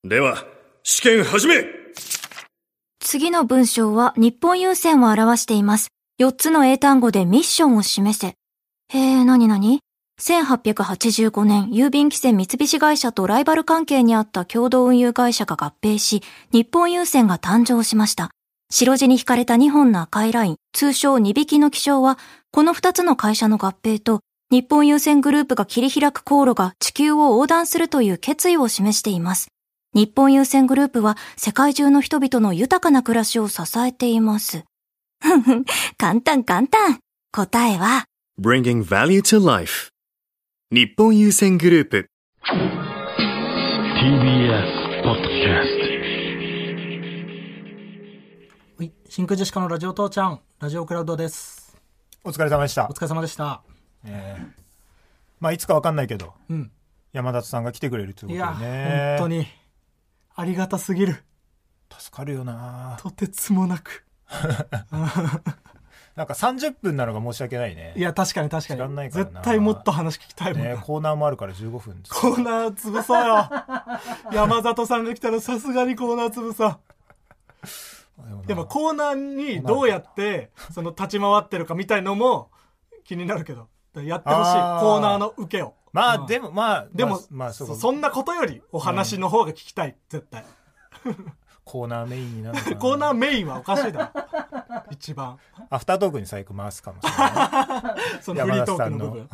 では、試験始め。 次の文章は日本郵船を表しています。4つの英単語でミッションを示せ。何々 ?1885 年、郵便汽船三菱会社とライバル関係にあった共同運輸会社が合併し、日本郵船が誕生しました。白地に引かれた2本の赤いライン、通称2匹の気象は、この2つの会社の合併と、日本郵船グループが切り開く航路が地球を横断するという決意を示しています。日本郵船グループは世界中の人々の豊かな暮らしを支えています。簡単。答えは Bringing Value to Life 日本郵船グループ TBS ポッドキャスはい、真空ジェシカのラジオ父ちゃん、ラジオクラウドです。 お疲れ様でした。 お疲れ様でした。 まあいつか分かんないけど、 うん、 山里さんが来てくれるということでね。 いや本当にありがたすぎる。 助かるよな。 とてつもなくなんか30分なのが申し訳ないね。 いや確かに時間ないからな。 絶対もっと話聞きたいもんね。 コーナーもあるから15分です。 コーナー潰そうよ山里さんが来たらさすがにコーナー潰そうでもコーナーにどうやってその立ち回ってるかみたいのも気になるけど、やってほしい。コーナーの受けを。まあ、でもそんなことよりお話の方が聞きたい、絶対コーナーメインになるのかな。 コーナーメインはおかしいだろ一番アフタートークに最悪回すかもしれないそのフリートークの部分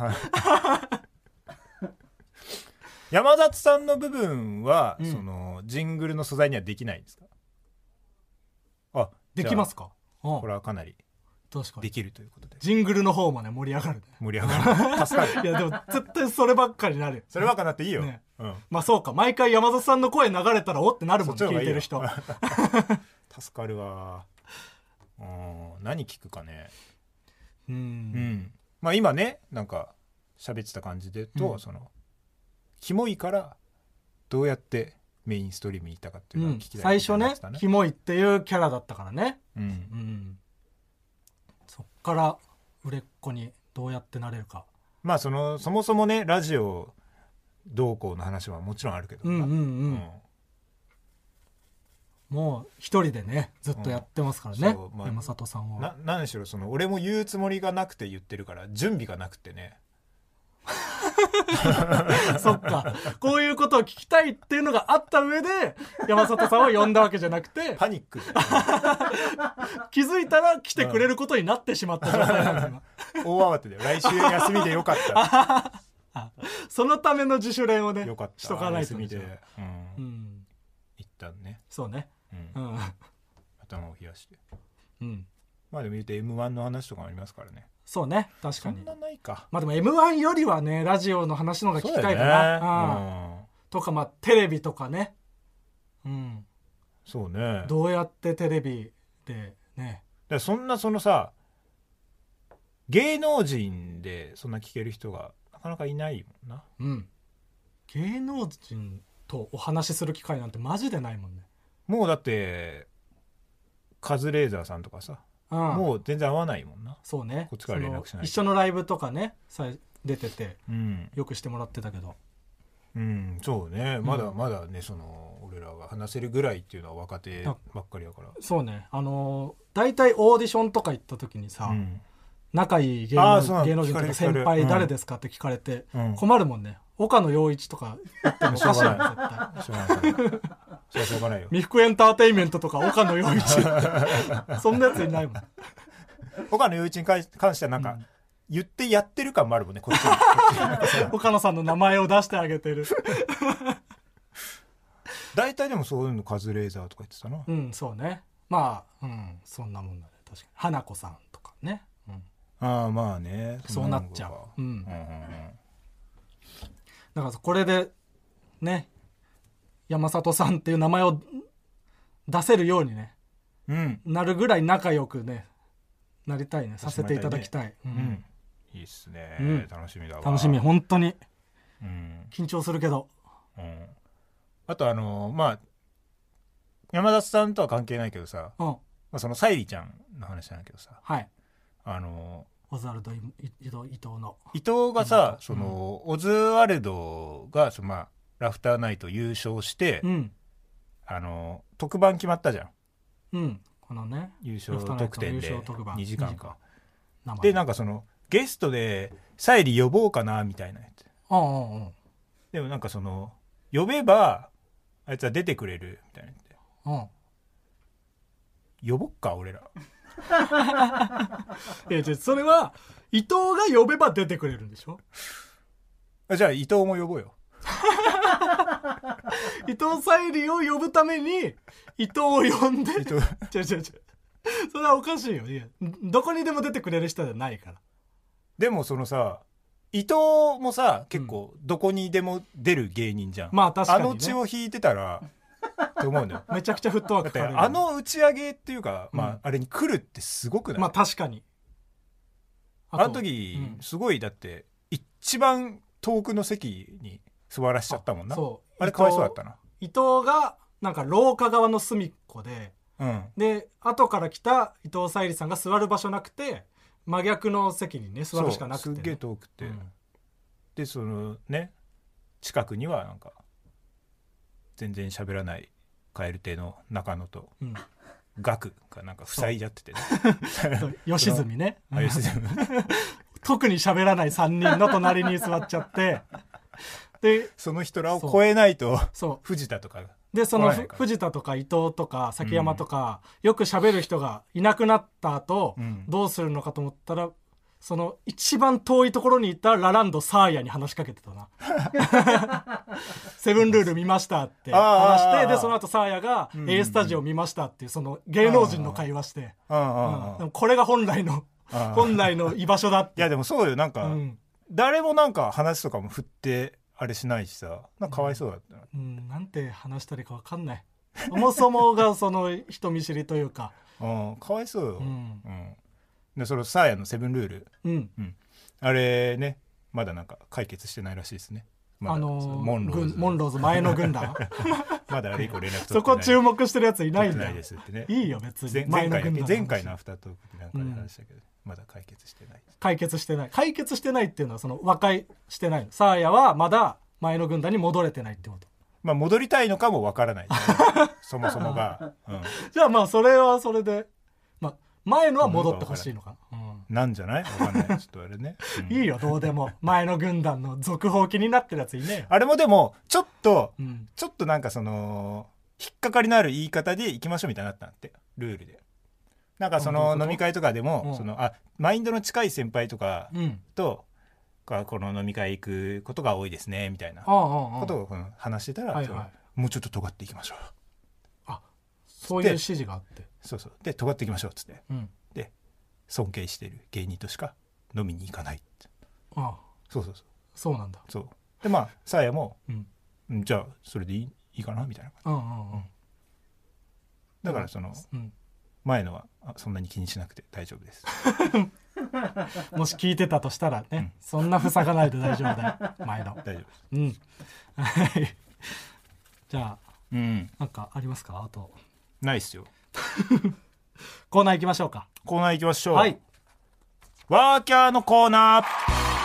山里さんの部分は、そのジングルの素材にはできないんですか？あ、 できますか？ これはかなり確かにできるということで、 ジングルの方もね盛り上がるね。 盛り上がる助かる。 いやでも絶対そればっかりになる。 そればっかりなっていいよ、 ね、 うん、 まあそうか、毎回山里さんの声流れたらおってなるもんね、聞いてる人助かるわ。何聞くかね。まあ今ねなんか喋ってた感じで言うと、そのキモいからどうやってメインストリームに行ったかっていうのを聞きたい、 最初ねキモいっていうキャラだったからね、そっから売れっ子にどうやってなれるか。 まあそもそもねラジオどうこうの話はもちろんあるけど、 もう一人でねずっとやってますからね、山里さんは。 何しろその俺も言うつもりがなくて言ってるから準備がなくてねそっか、こういうことを聞きたいっていうのがあった上で山里さんを呼んだわけじゃなくてパニック気づいたら来てくれることになってしまった状態なんです大慌てで来週休みでよかったそのための自主練をねよかったしとかないと。 休みで、一旦ね、 そうね、 頭を冷やして、まあでも言うて M1 の話とかもありますからね。 そうね、確かに。 そんなないか。 まあでも M1 よりはねラジオの話の方が聞きたいかな、とかまあテレビとかね、 そうね、 どうやってテレビでね。 でそのさ芸能人でそんな聞ける人がなかなかいないもんな。 芸能人とお話しする機会なんてマジでないもんね。 もうだってカズレーザーさんとかさ、もう全然会わないもんな。 そうね、 こっちから連絡しないと。 一緒のライブとかね出てて、よくしてもらってたけど、 そうね、まだまだね、その俺らが話せるぐらいっていうのは若手ばっかりだから。そうね、 大体オーディションとか行った時にさ、仲いい芸能人とか先輩誰ですかって聞かれて困るもんね。岡野陽一とか言ってもおかしいよね絶対。 しょうがないよ。 未福エンターテインメントとか岡野陽一そんなやついないもん。 岡野陽一に関してはなんか、言ってやってる感もあるもんね、こっちに岡野さんの名前を出してあげてる大体でもそういうのカズレーザーとか言ってたな。 そうね、まあそんなもんだね。確かに花子さんとかね、 まあね、 そうなっちゃう。だからこれでね山里さんっていう名前を出せるようにね、なるぐらい仲良くねなりたいね、させていただきたい。 いいっすね、楽しみだわ。 楽しみ、本当に、緊張するけど、 あとまあ山里さんとは関係ないけどさ、その沙莉ちゃんの話なんだけどさ、 オズワルド伊藤がさ、そのオズワルドがラフターナイト優勝して、 特番決まったじゃん。 うんこのね優勝特典で優勝特番 2時間か生でなんかそのゲストで沙莉呼ぼうかなみたいなやつ。でもなんかその呼べばあいつは出てくれるみたいな言って呼ぼっか俺ら。 いやそれは伊藤が呼べば出てくれるんでしょ。 じゃあ伊藤も呼ぼうよ。 伊藤沙莉を呼ぶために伊藤を呼んで違うそれはおかしいよ。いやどこにでも出てくれる人じゃないから。 でもそのさ伊藤もさ結構どこにでも出る芸人じゃん、 まあ確かにねあの血を引いてたらって思うんだよ。 めちゃくちゃフットワークかかるよね。 あの打ち上げっていうか、まああれに来るってすごくない？ まあ確かにあの時、すごいだって一番遠くの席に座らしちゃったもんな。 そうあれかわいそうだったな。 伊藤がなんか廊下側の隅っこで、で後から来た伊藤沙莉さんが座る場所なくて真逆の席にね座るしかなくて、ね、 すっげえ遠くて、でそのね近くにはなんか全然喋らない蛙亭の中野と、ガクがなんか塞いじゃっててね。 吉住ね。 吉住特に喋らない3人の隣に座っちゃってでその人らを超えないとそう藤田とかでその藤田とか伊藤とか崎山とか、よく喋る人がいなくなった後、どうするのかと思ったらその一番遠いところにいたラランドサーヤに話しかけてたな。セブンルール見ましたって話してでその後サーヤが A スタジオ見ましたっていうその芸能人の会話して、でもこれが本来の居場所だって。 いやでもそうよなんか、誰もなんか話とかも振ってあれしないしさなんかかわいそうだった、 なんて話したらいいか分かんない。そもそもがその人見知りというかかわいそうよ、でそのサーヤのセブンルール、あれねまだなんか解決してないらしいですね。まだモンローズ前の軍団まだあれ以降連絡取ってない。 そこ注目してるやついないんだ。 ないですってね。 いいよ別に。 前回のアフタートークでなんかで話したけど、まだ解決してない。 解決してないっていうのはその和解してないの。サーヤはまだ前の軍団に戻れてないってこと。 まあ戻りたいのかもわからない、そもそもが、 じゃあまあそれはそれで、まあ前のは戻ってほしいのかな、 なんじゃないわかんないちょっとあれね、 いいよどうでも。前の軍団の続報気になってるやついねえよ。 あれもでもちょっとなんかその引っかかりのある言い方でいきましょうみたいになったんだってルールで。なんかその飲み会とかでも、そのマインドの近い先輩とかと、この飲み会行くことが多いですねみたいなことを話してたら、もうちょっと尖っていきましょう。 そういう指示があって、 そうで尖っていきましょうっつって、で尊敬している芸人としか飲みに行かないって。そうなんだ。そうでまあサーヤも、じゃあそれでいいかなみたいな。だからその、前のはそんなに気にしなくて大丈夫です。 もし聞いてたとしたらね、そんな塞がないで大丈夫だよ前の。 大丈夫です。 じゃあ、なんかありますか？あとないっすよ。 コーナー行きましょうか。 コーナー行きましょう。 はい。 ワーキャーのコーナー。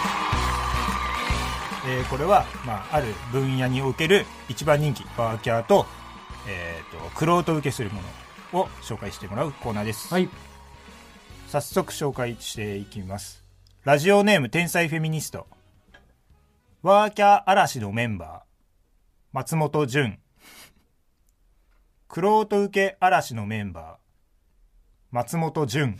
これは、ある分野における一番人気ワーキャーと、玄人受けするものを紹介してもらうコーナーです。 はい。 早速紹介していきます。ラジオネーム天才フェミニスト。ワーキャー嵐のメンバー松本潤。玄人受け嵐のメンバー松本潤。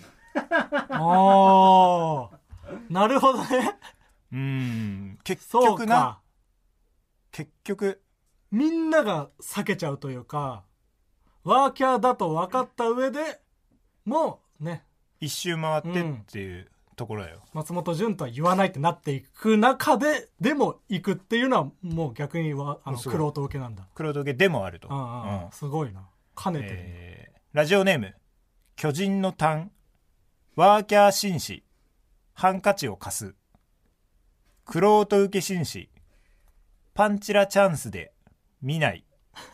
なるほどね。 結局な、結局みんなが避けちゃうというか、ワーキャーだと分かった上でもうね一周回ってっていうところだよ。 松本潤とは言わないってなっていく中ででも行くっていうのはもう逆に玄人受けなんだ。 玄人受けでもあると。 すごいな。兼ねてる。 ラジオネーム巨人の炭。ワーキャー紳士ハンカチを貸す。玄人受け紳士パンチラチャンスで見ない。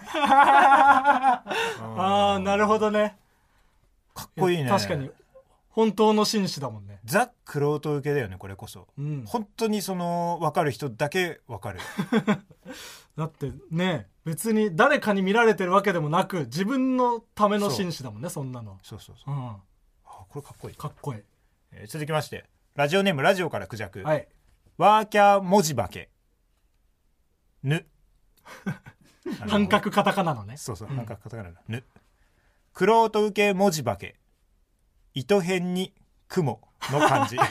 なるほどね。 かっこいいね。 確かに本当の紳士だもんね。 ザ・玄人受けだよねこれこそ、本当にその分かる人だけ分かる。 だってね別に誰かに見られてるわけでもなく自分のための紳士だもんね。そんなの。 そうそうそう、これかっこいい。 かっこいい。 続きましてラジオネームラジオからクジャク、 はい、 ワーキャー文字化けぬ半角カタカナのね。 そうそう、半角カタカナのぬ。クロート受け文字化け糸辺に雲の漢字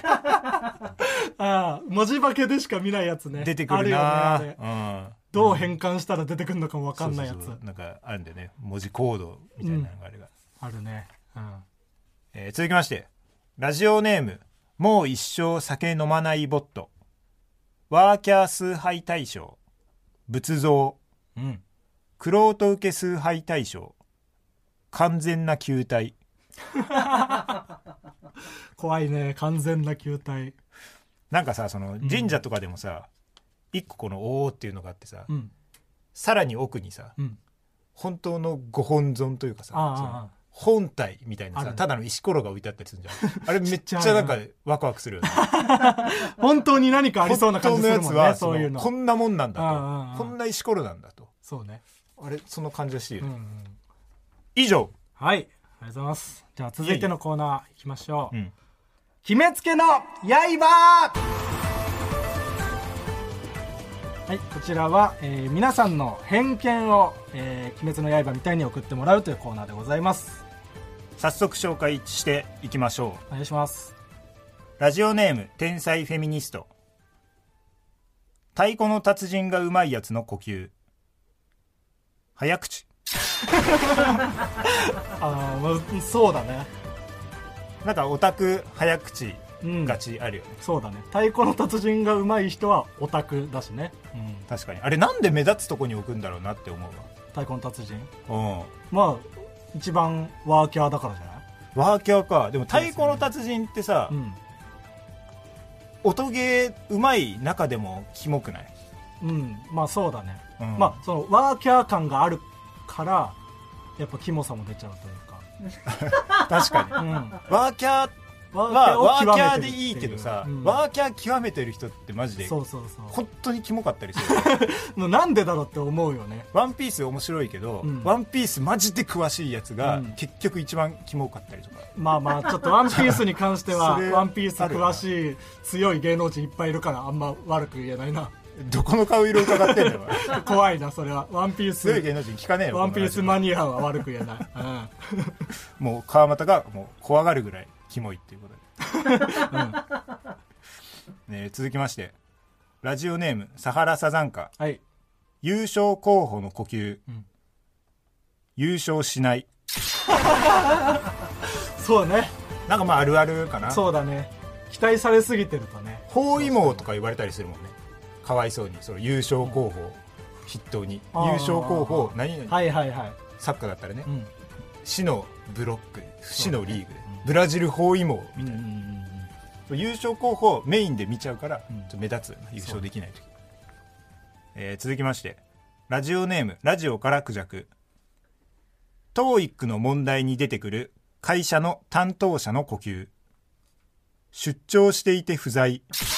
文字化けでしか見ないやつね。 出てくるなあるよね、 あれ、どう変換したら出てくるのかも分かんないやつ。 そうなんかあるんだよね、文字コードみたいなのがあれが、 あるね、 続きましてラジオネームもう一生酒飲まないボットワーキャー崇拝大賞仏像、クロート受け崇拝大賞完全な球体怖いね、完全な球体。 なんかさ、その神社とかでもさ、一個この「おー」っていうのがあってさ、さらに奥にさ、本当のご本尊というかさ、その本体みたいなさ、ただの石ころが置いてあったりするじゃん。あれめっちゃなんかワクワクするよね本当に何かありそうな感じするもんね。 本当のやつはそういうのこんなもんなんだと、こんな石ころなんだと。 そうね、 あれその感じがしている、以上。 はい、ありがとうございます。じゃあ続いてのコーナーいきましょう。決めつけの刃。はい、こちらは、皆さんの偏見を、鬼滅の刃みたいに送ってもらうというコーナーでございます。 早速紹介していきましょう。お願いします。 ラジオネーム天才フェミニスト。太鼓の達人がうまいやつの呼吸早口そうだね。 なんかオタク早口がちあるよね、 そうだね。太鼓の達人が上手い人はオタクだしね、 確かに。あれなんで目立つとこに置くんだろうなって思うわ。 太鼓の達人、まあ一番ワーキャーだからじゃない。 ワーキャーか。でも太鼓の達人ってさ、音ゲーうまい中でもキモくない？ まあそうだね、まあそのワーキャー感があるからやっぱキモさも出ちゃうというか確かに、ワーキャーはワーキャーでいいけどさ、ワーキャー極めてる人ってマジで本当にキモかったりするなんでだろうって思うよね。 ワンピース面白いけど、ワンピースマジで詳しいやつが、結局一番キモかったりとか。 まあちょっとワンピースに関してはワンピース詳しい強い芸能人いっぱいいるからあんま悪く言えないな。 どこの顔色伺ってんの怖いなそれは。ワンピース強い芸能人聞かねえよ。 ワンピースマニアは悪く言えない、 もう川又がもう怖がるぐらいキモいっていうことで、続きましてラジオネームサハラサザンカ、優勝候補の呼吸、優勝しないそうね、 なんかまああるあるかな。 そうだね、期待されすぎてるとね。 包囲網とか言われたりするもんね。かわいそうにその優勝候補筆頭に、優勝候補何々、サッカーだったらね、市のブロック、市のリーグで、ブラジル包囲網みたいな、優勝候補メインで見ちゃうから、ちょっと目立つ優勝できない時、続きましてラジオネームラジオからクジャク。TOEICの問題に出てくる会社の担当者の呼吸出張していて不在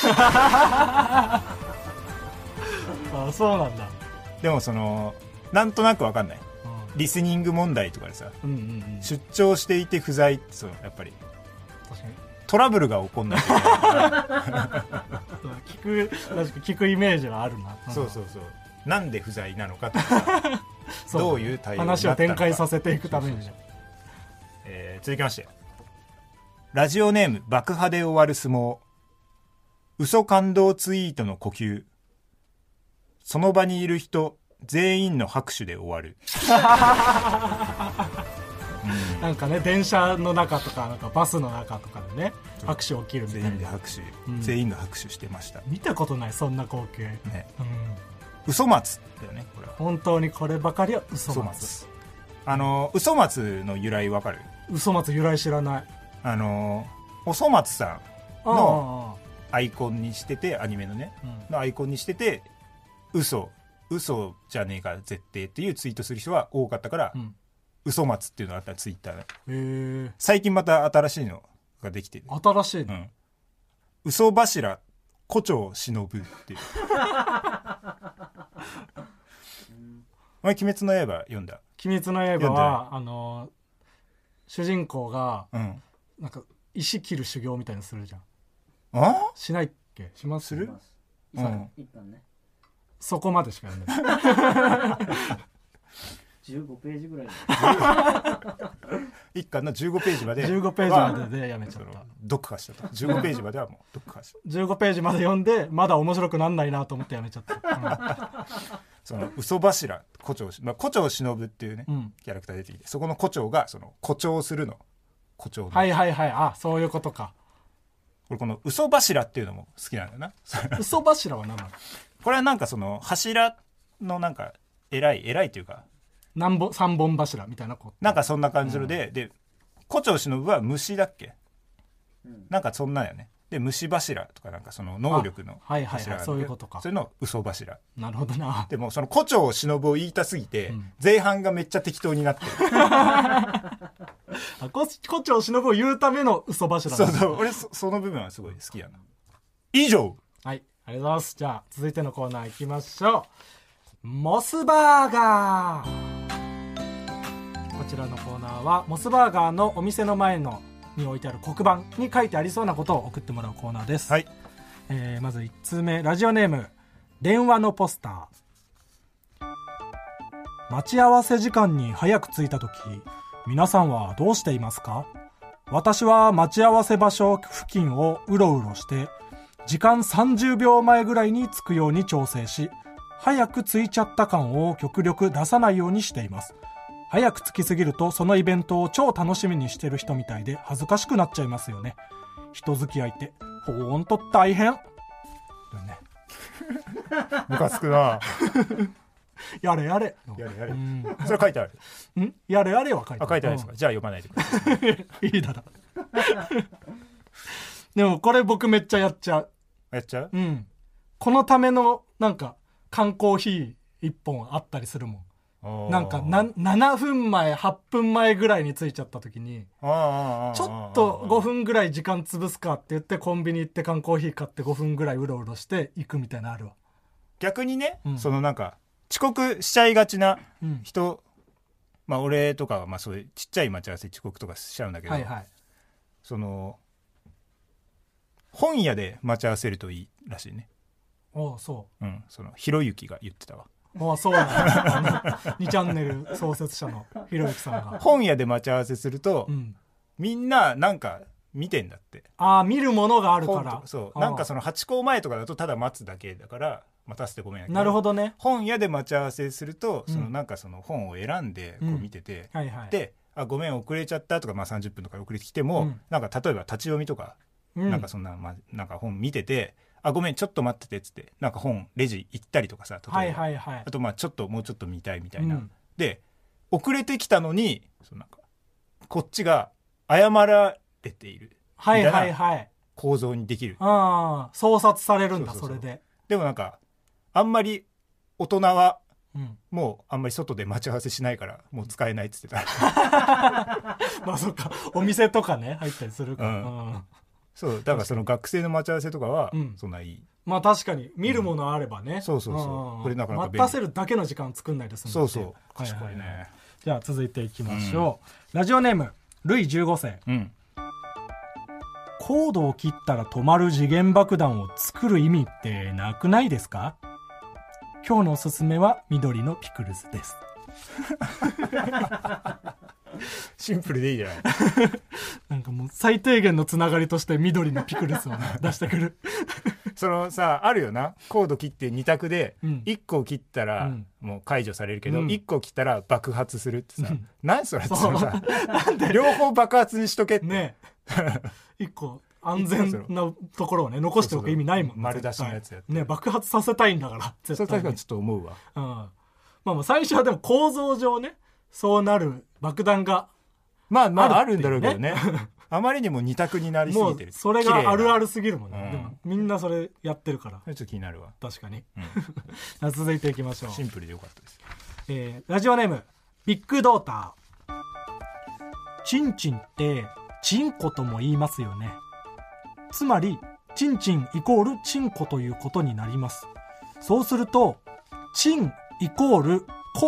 そうなんだ。 でもそのなんとなく分かんない、リスニング問題とかでさ、出張していて不在ってそのやっぱりトラブルが起こんないといけない聞くイメージはあるな、 そうなんで不在なのかとかどういう対応になったのか話を展開させていくために。 続きましてラジオネーム爆破で終わる相撲。嘘感動ツイートの呼吸その場にいる人全員の拍手で終わるなんかね、電車の中とか、なんかバスの中とかでね、拍手起きるみたいな。 全員で拍手、全員が拍手してました。 見たことないそんな光景ね。 嘘松だよねこれは。 本当にこればかりは嘘松。 嘘松の由来わかる？ 嘘松由来知らない。 おそ松さんのアイコンにしてて、アニメのね、のアイコンにしてて、嘘じゃねえか絶対っていうツイートする人が多かったから、嘘松っていうのがあったツイッターで。最近また新しいのができてる。 新しいの、 嘘柱胡蝶忍っていうお前鬼滅の刃読んだ？ 鬼滅の刃は主人公が、なんか石切る修行みたいなのするじゃん。しないっけ？します？ する？ 一巻ね。 そこまでしか読んでない 15ページぐらい一巻の15ページまで 15ページまででやめちゃった。 読破したと。15ページまではもう読破した 15ページまで読んでまだ面白くなんないなと思ってやめちゃった、 その嘘柱胡蝶、胡蝶忍っていうね、キャラクター出てきて、そこの胡蝶がその誇張するの胡蝶の、 はいはいはい、あ、そういうことか。 俺この嘘柱っていうのも好きなんだよな嘘柱は何なの？ これはなんかその柱のなんか偉いというか 3本柱みたいなことなんかそんな感じので、で胡蝶忍は虫だっけ、なんかそんなんやね。で虫柱とかなんかその能力の柱が、 そういうことか。 それの嘘柱。 なるほどな。 でもその胡蝶忍を言いたすぎて、前半がめっちゃ適当になってる胡蝶忍を言うための嘘柱。 そうそう、俺その部分はすごい好きやな。以上。 はい、ありがとうございます。じゃあ続いてのコーナー行きましょう。モスバーガー。こちらのコーナーはモスバーガーのお店の前に置いてある黒板に書いてありそうなことを送ってもらうコーナーです。 はい。 まず1通目、ラジオネーム電話のポスター。待ち合わせ時間に早く着いた時、皆さんはどうしていますか？私は待ち合わせ場所付近をうろうろして時間30秒前ぐらいに着くように調整し、早く着いちゃった感を極力出さないようにしています。早く着きすぎるとそのイベントを超楽しみにしてる人みたいで恥ずかしくなっちゃいますよね。人付き合いってほんと大変だね。 ムカつくなやれやれやれ、それ書いてある。 やれやれは書いてある。 書いてあるんですか？じゃあ読まないでくださいいいだろでもこれ僕めっちゃやっちゃう。 やっちゃう？ このためのなんか缶コーヒー1本あったりするもん。なんか7分前8分前ぐらいに着いちゃった時にちょっと5分ぐらい時間潰すかって言ってコンビニ行って缶コーヒー買って5分ぐらいうろうろして行くみたいなのあるわ。 逆にね、そのなんか遅刻しちゃいがちな人、まあ俺とかはまあそういうちっちゃい待ち合わせ遅刻とかしちゃうんだけど、その本屋で待ち合わせるといいらしいね。 そう。 そのひろゆきが言ってたわ。 そうなんだ2チャンネル創設者のひろゆきさんが本屋で待ち合わせすると、みんななんか見てんだって。 見るものがあるから。 そうなんかそのハチ公前とかだとただ待つだけだから待たせてごめんやけど、 なるほどね。 本屋で待ち合わせすると、そのなんかその本を選んでこう見てて、でごめん遅れちゃったとか、まあ30分とか遅れてきても、なんか例えば立ち読みとか、なんかそんな、なんか本見てて、ごめんちょっと待っててっつってなんか本レジ行ったりとかさ、例えば、あとまあちょっともうちょっと見たいみたいな、で遅れてきたのになんかこっちが謝られているみたいな構造にできる。 創殺されるんだ。それででもなんかあんまり大人はもうあんまり外で待ち合わせしないからもう使えないっつってたまあそっか、お店とかね入ったりするから、 そうだからその学生の待ち合わせとかはそんないい。 まあ確かに見るものあればね、 そうこれなかなか待たせるだけの時間作んないですもんね。 そう賢いね。 じゃあ続いていきましょう。ラジオネームルイ15世。コードを切ったら止まる時限爆弾を作る意味ってなくないですか？今日のおすすめは緑のピクルスですシンプルでいいじゃないなんかもう最低限のつながりとして緑のピクルスを、ね、出してくるそのさあるよな、コード切って2択で、1個切ったらもう解除されるけど、1個切ったら爆発するってさ、何それってさ両方爆発にしとけってね 1個安全なところをね残しておく意味ないもんね。 丸出しのやつやってね、爆発させたいんだから絶対。 それ確かにちょっと思うわ。 まあ最初はでも構造上ねそうなる爆弾がまああるんだろうけどねあまりにも二択になりすぎてる。 もうそれがあるあるすぎるもんね、でもみんなそれやってるからちょっと気になるわ。 確かに、続いていきましょう。 シンプルでよかったです。 ラジオネームビッグドーター。チンチンってチンコとも言いますよね。つまりチンチンイコールチンコということになります。そうするとチンイコールコ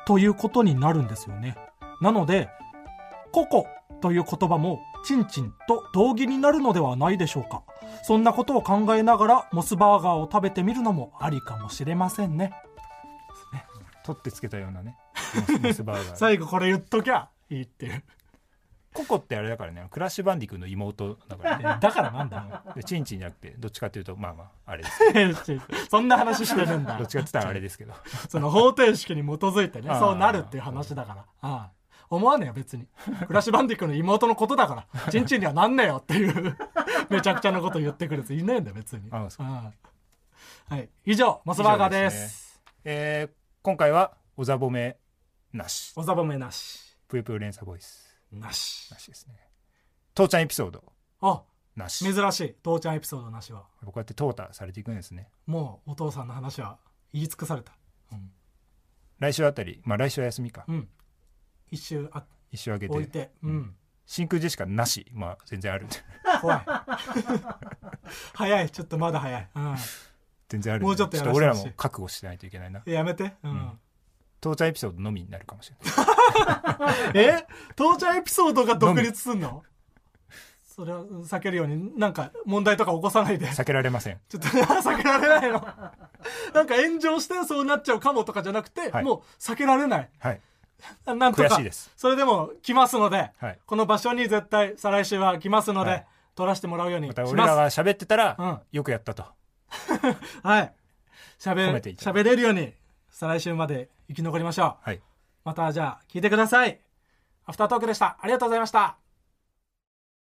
ということになるんですよね。なのでココという言葉もチンチンと同義になるのではないでしょうか。そんなことを考えながらモスバーガーを食べてみるのもありかもしれませんね。 取ってつけたようなねモスバーガー最後これ言っときゃいいっていう。 ココってあれだからね、クラッシュバンディ君の妹だからね。 だからなんだでチンチンじゃなくてどっちかっていうとまあまああれですそんな話してるんだ。 どっちかって言ったらあれですけどその方程式に基づいてねそうなるっていう話だから。ああ思わねえよ別に。クラッシュバンディックの妹のことだからチンチンにはなんねえよっていうめちゃくちゃなこと言ってくるやついねえんだよ別に。 ああはい、以上モスバーガーです。 今回はおざぼめなし、 おざぼめなし、 ぷよぷよ連鎖ボイスなしですね。父ちゃんエピソードあなし。 珍しい父ちゃんエピソードなしは。 こうやって淘汰されていくんですね。 もうお父さんの話は言い尽くされた、 来週あたり、まあ来週は休みか、 一周空けて置いて、 真空ジェシカなし、まあ全然あるんで怖い早い、ちょっとまだ早い、 全然あるんで、 もうちょっとやらせてほしい。 俺らも覚悟してないといけないな。 やめて、 父ちゃんエピソードのみになるかもしれない父ちゃんエピソードが独立すんの？それは避けるようになんか問題とか起こさないで。 避けられません。 ちょっと避けられないのなんか炎上してそうなっちゃうかもとかじゃなくて、もう避けられない。なんとか悔しいです。 それでも来ますので、この場所に絶対再来週は来ますので、撮らせてもらうようにします。 また俺らが喋ってたら、よくやったとはい喋れるように再来週まで生き残りましょう。またじゃあ聞いてください。アフタートークでした。ありがとうございました。